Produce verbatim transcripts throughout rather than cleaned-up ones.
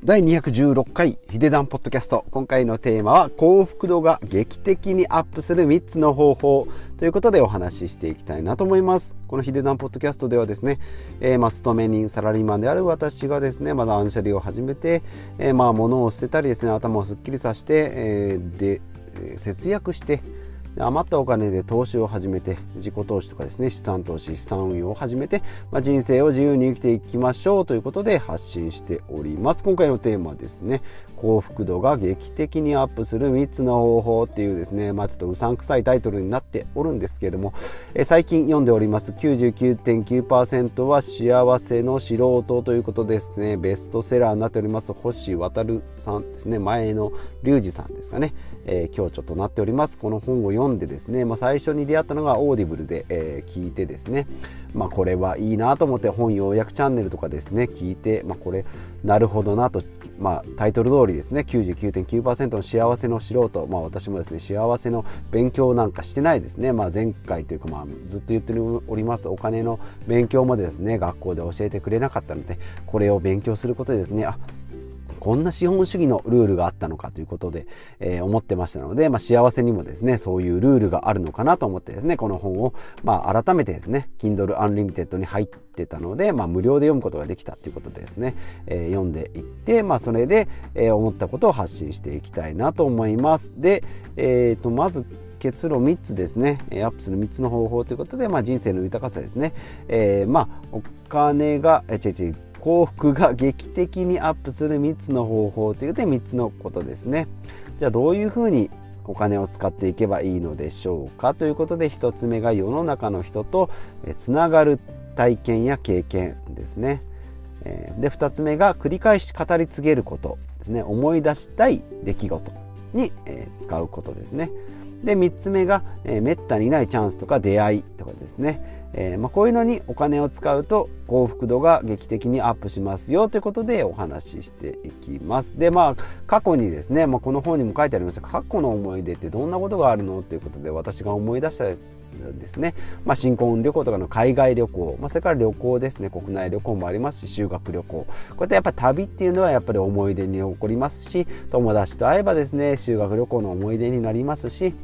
だいにひゃくじゅうろっかいヒデダンポッドキャスト。今回のテーマは幸福度が劇的にアップするみっつの方法ということでお話ししていきたいなと思います。このヒデダンポッドキャストではですね、えー、まあ勤め人サラリーマンである私がですねまだ断捨離を始めて、えー、まあ物を捨てたりですね頭をすっきりさせて、えー、で節約して余ったお金で投資を始めて、自己投資とかですね資産投資資産運用を始めて、まあ、人生を自由に生きていきましょうということで発信しております。今回のテーマはですね、幸福度が劇的にアップするみっつの方法っていうですね、まあちょっとうさんくさいタイトルになっておるんですけれども、え最近読んでおります きゅうじゅうきゅうてんきゅうパーセント は幸せの素人ということですね、ベストセラーになっております星渉さんですね、前の龍二さんですかね、えー、今日ちょっとなっております。この本を読んでですね、まあ、最初に出会ったのがオーディブルで、えー、聞いてですね、まあこれはいいなと思って本要約チャンネルとかですね聞いて、まあこれなるほどなと、まあタイトル通りですね きゅうじゅうきゅうてんきゅうパーセント の幸せの素人、まあ私もですね幸せの勉強なんかしてないですね。まあ前回というかまあずっと言っておりますお金の勉強までですね学校で教えてくれなかったので、これを勉強することでですね、あこんな資本主義のルールがあったのかということで、えー、思ってましたので、まあ、幸せにもですねそういうルールがあるのかなと思ってですねこの本を、まあ、改めてですね Kindle Unlimited に入ってたので、まあ、無料で読むことができたということでですね、えー、読んでいって、まあ、それで、えー、思ったことを発信していきたいなと思います。で、えー、とまず結論みっつですね、アップするみっつの方法ということで、まあ、人生の豊かさですね、えー、まあお金がえ違う違う幸福が劇的にアップするみっつの方法というとみっつのことですね。じゃあどういうふうにお金を使っていけばいいのでしょうかということで、ひとつめが世の中の人とつながる体験や経験ですね。でふたつめが繰り返し語り継げることですね。思い出したい出来事に使うことですね。でみっつめが、えー、めったにないチャンスとか出会いとかですね、えーまあ、こういうのにお金を使うと幸福度が劇的にアップしますよということでお話ししていきます。でまあ過去にですね、まあ、この本にも書いてありますが過去の思い出ってどんなことがあるのということで私が思い出したですね、まあ、新婚旅行とかの海外旅行、まあ、それから旅行ですね、国内旅行もありますし修学旅行、こうやってやっぱり旅っていうのはやっぱり思い出に残りますし、友達と会えばですね修学旅行の思い出になりますし、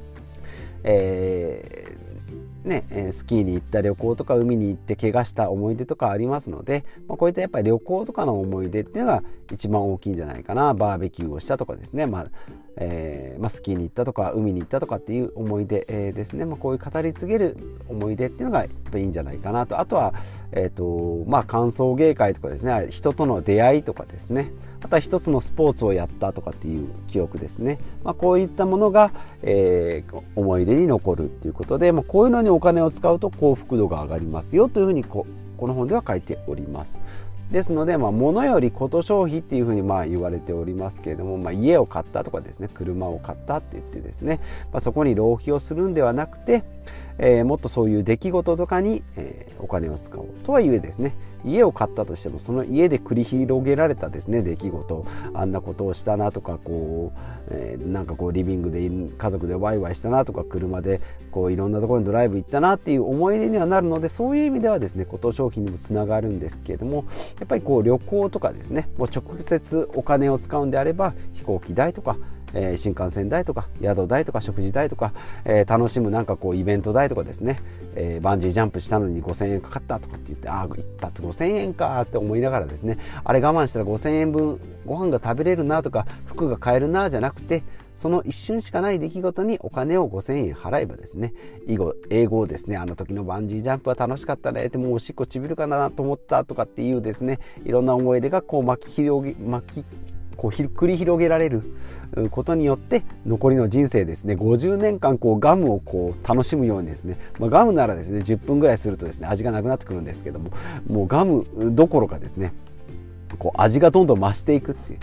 えーね、スキーに行った旅行とか海に行って怪我した思い出とかありますので、まあ、こういったやっぱり旅行とかの思い出っていうのが一番大きいんじゃないかな。バーベキューをしたとかですね、まあえーまあ、スキーに行ったとか海に行ったとかっていう思い出、えー、ですね、まあ、こういう語り継げる思い出っていうのがやっぱいいんじゃないかなと。あとは、えーとまあ、歓送迎会とかですね、人との出会いとかですね、あとは一つのスポーツをやったとかっていう記憶ですね、まあ、こういったものが、えー、思い出に残るっていうことで、まあ、こういうのにお金を使うと幸福度が上がりますよというふうに こ, この本では書いております。ですので、まあ、物よりこと消費っていうふうにまあ言われておりますけれども、まあ、家を買ったとかですね、車を買ったって言ってですね、まあ、そこに浪費をするんではなくて、えー、もっとそういう出来事とかに、えー、お金を使おうとはいえですね、家を買ったとしてもその家で繰り広げられたですね出来事、あんなことをしたなとか、こう、えー、なんかこうリビングで家族でワイワイしたなとか、車でこういろんなところにドライブ行ったなっていう思い出にはなるので、そういう意味ではですねこと消費にもつながるんですけれども、やっぱりこう旅行とかですね、もう直接お金を使うんであれば飛行機代とか、えー、新幹線代とか宿代とか食事代とか、えー、楽しむなんかこうイベント代とかですね、えー、バンジージャンプしたのにごせんえんかかったとかって言って、ああ一発ごせんえんかって思いながらですね、あれ我慢したらごせんえんぶんご飯が食べれるなとか服が買えるなじゃなくて、その一瞬しかない出来事にお金をごせんえん払えばですね、英語英語をですね、あの時のバンジージャンプは楽しかったねって、もうおしっこちびるかなと思ったとかっていうですね、いろんな思い出がこう巻き広げ巻きこう繰り広げられることによって残りの人生ですねごじゅうねんかんこうガムをこう楽しむようにですね、まあ、ガムならですねじゅっぷんぐらいするとですね味がなくなってくるんですけども、もうガムどころかですねこう味がどんどん増していくっていう、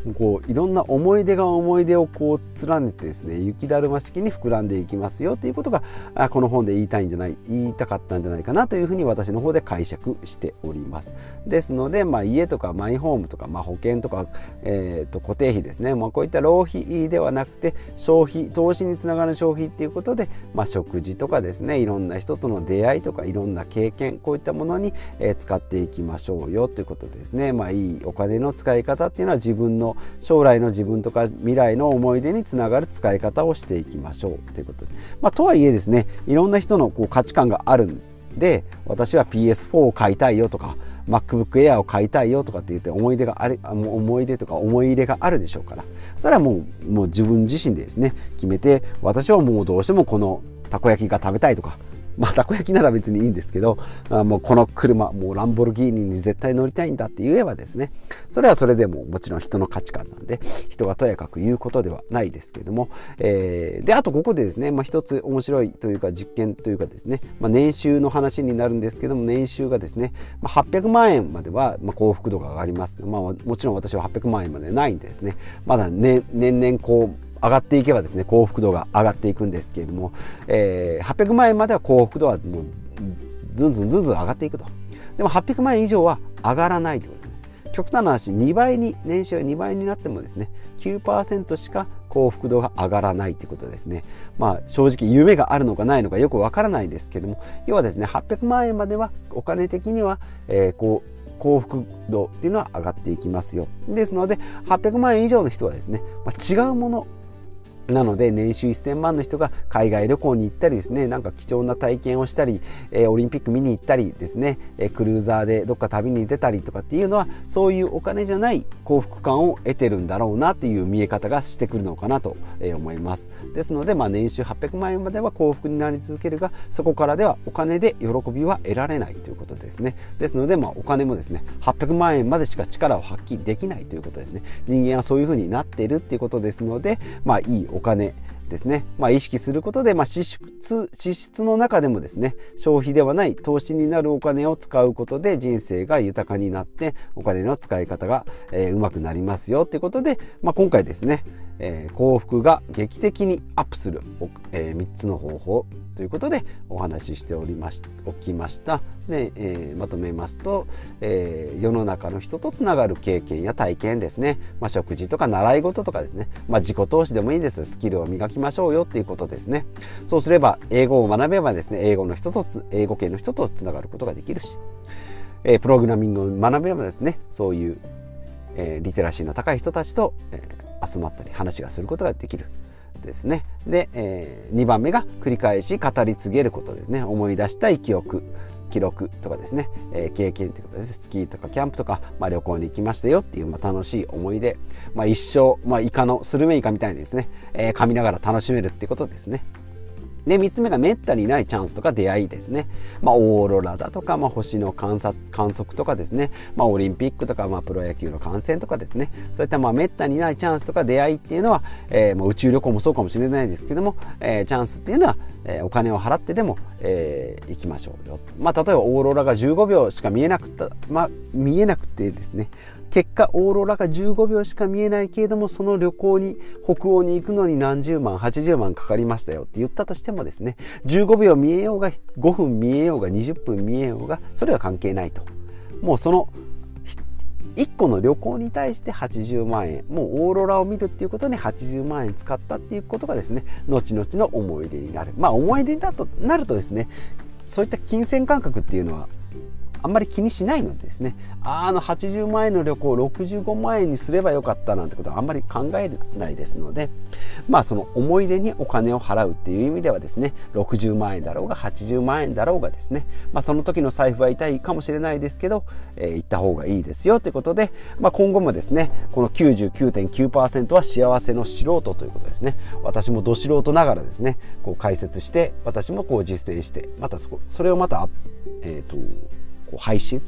こういろんな思い出が思い出をこう連ねてですね、雪だるま式に膨らんでいきますよということがあこの本で言いたいんじゃない言いたかったんじゃないかなというふうに私の方で解釈しております。ですので、まあ、家とかマイホームとか、まあ、保険とか、えー、と固定費ですね、まあ、こういった浪費ではなくて消費投資につながる消費っていうことで、まあ、食事とかですね、いろんな人との出会いとかいろんな経験、こういったものに、えー、使っていきましょうよということですね。まあ、いいお金の使い方っていうのは自分の将来の自分とか未来の思い出につながる使い方をしていきましょうということで、まあ、とはいえですね、いろんな人のこう価値観があるんで、私は ピーエスフォー を買いたいよとか MacBook Air を買いたいよとかって言って思い出がある思い出とか思い入れがあるでしょうから、それはもう、もう自分自身でですね決めて、私はもうどうしてもこのたこ焼きが食べたいとか、まあたこ焼きなら別にいいんですけど、あもうこの車もうランボルギーニに絶対乗りたいんだって言えばですね、それはそれでももちろん人の価値観なんで人がとやかく言うことではないですけれども、えー、であとここでですね、まあ、一つ面白いというか実験というかですね、まあ、年収の話になるんですけども、年収がですね、まあ、はっぴゃくまんえんまではまあ幸福度が上がります。まあ、もちろん私ははっぴゃくまんえんまでないんでですね、まだ、ね、年々こう上がっていけばですね幸福度が上がっていくんですけれども、えー、はっぴゃくまんえんまでは幸福度はもうずんずんずんずん上がっていくと。でもはっぴゃくまんえん以上は上がらないということですね。極端な話、にばいに年収がにばいになってもですね きゅうパーセント しか幸福度が上がらないということですね。まあ正直夢があるのかないのかよくわからないですけども、要はですねはっぴゃくまんえんまではお金的には、えー、こう幸福度っていうのは上がっていきますよ。ですのではっぴゃくまんえん以上の人はですね、まあ、違うものなので年収せんまんの人が海外旅行に行ったりですね、なんか貴重な体験をしたり、えー、オリンピック見に行ったりですね、えー、クルーザーでどっか旅に出たりとかっていうのは、そういうお金じゃない幸福感を得てるんだろうなっていう見え方がしてくるのかなと思います。ですので、まあ、年収はっぴゃくまんえんまでは幸福になり続けるが、そこからではお金で喜びは得られないということですね。ですので、まあ、お金もですねはっぴゃくまんえんまでしか力を発揮できないということですね。人間はそういうふうになっているっていうことですので、まあいいお金ですね、まあ、意識することで、まあ、支出、支出の中でもですね消費ではない投資になるお金を使うことで人生が豊かになってお金の使い方が、えー、うまくなりますよということで、まあ、今回ですね、えー、幸福が劇的にアップする、えー、みっつの方法ということでお話ししておりましおきました。で、えー、まとめますと、えー、世の中の人とつながる経験や体験ですね、まあ、食事とか習い事とかですね、まあ、自己投資でもいいです。スキルを磨きましょうよっていうことですね。そうすれば英語を学べばですね英語の人と英語系の人とつながることができるし、えー、プログラミングを学べばですねそういう、えー、リテラシーの高い人たちと、えー、集まったり話がすることができるですね。で、えー、にばんめが繰り返し語り継げることですね。思い出したい記憶記録とかですね、えー、経験ということです。スキーとかキャンプとか、まあ、旅行に行きましたよっていう、まあ、楽しい思い出、まあ、一生、まあ、イカのスルメイカみたいにですね、えー、噛みながら楽しめるっていうことですね。で、みっつめがめったにないチャンスとか出会いですね。まあ、オーロラだとか、まあ、星の観察、観測とかですね。まあ、オリンピックとか、まあ、プロ野球の観戦とかですね。そういったまあめったにないチャンスとか出会いっていうのは、えー、もう宇宙旅行もそうかもしれないですけども、えー、チャンスっていうのは、えー、お金を払ってでも、えー、行きましょうよ。まあ、例えばオーロラがじゅうごびょうしか見えなくた、まあ、見えなくてですね。結果オーロラがじゅうごびょうしか見えないけれども、その旅行に北欧に行くのに何十万はちじゅうまんかかりましたよって言ったとしてもですね、じゅうごびょう見えようがごふん見えようがにじゅっぷん見えようがそれは関係ないと。もうそのいっこの旅行に対してはちじゅうまんえん、もうオーロラを見るっていうことにはちじゅうまんえん使ったっていうことがですね後々の思い出になる。まあ思い出だとなるとですね、そういった金銭感覚っていうのはあんまり気にしないのでですね、あのはちじゅうまんえんの旅行をろくじゅうごまんえんにすればよかったなんてことはあんまり考えないですので、まあその思い出にお金を払うっていう意味ではですね、ろくじゅうまんえんだろうがはちじゅうまんえんだろうがですね、まあその時の財布は痛いかもしれないですけど、えー、行った方がいいですよということで、まあ今後もですね、この きゅうじゅうきゅうてんきゅうパーセント は幸せの素人ということですね。私もど素人ながらですね、こう解説して、私もこう実践して、またそこそれをまた、えっと、配信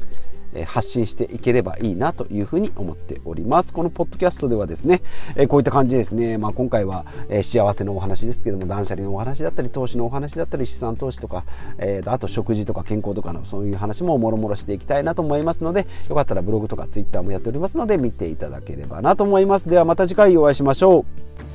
発信していければいいなというふうに思っております。このポッドキャストではですね、こういった感じですね、まあ、今回は幸せのお話ですけども、断捨離のお話だったり投資のお話だったり資産投資とか、えー、あと食事とか健康とかのそういう話ももろもろしていきたいなと思いますので、よかったらブログとかツイッターもやっておりますので見ていただければなと思います。ではまた次回お会いしましょう。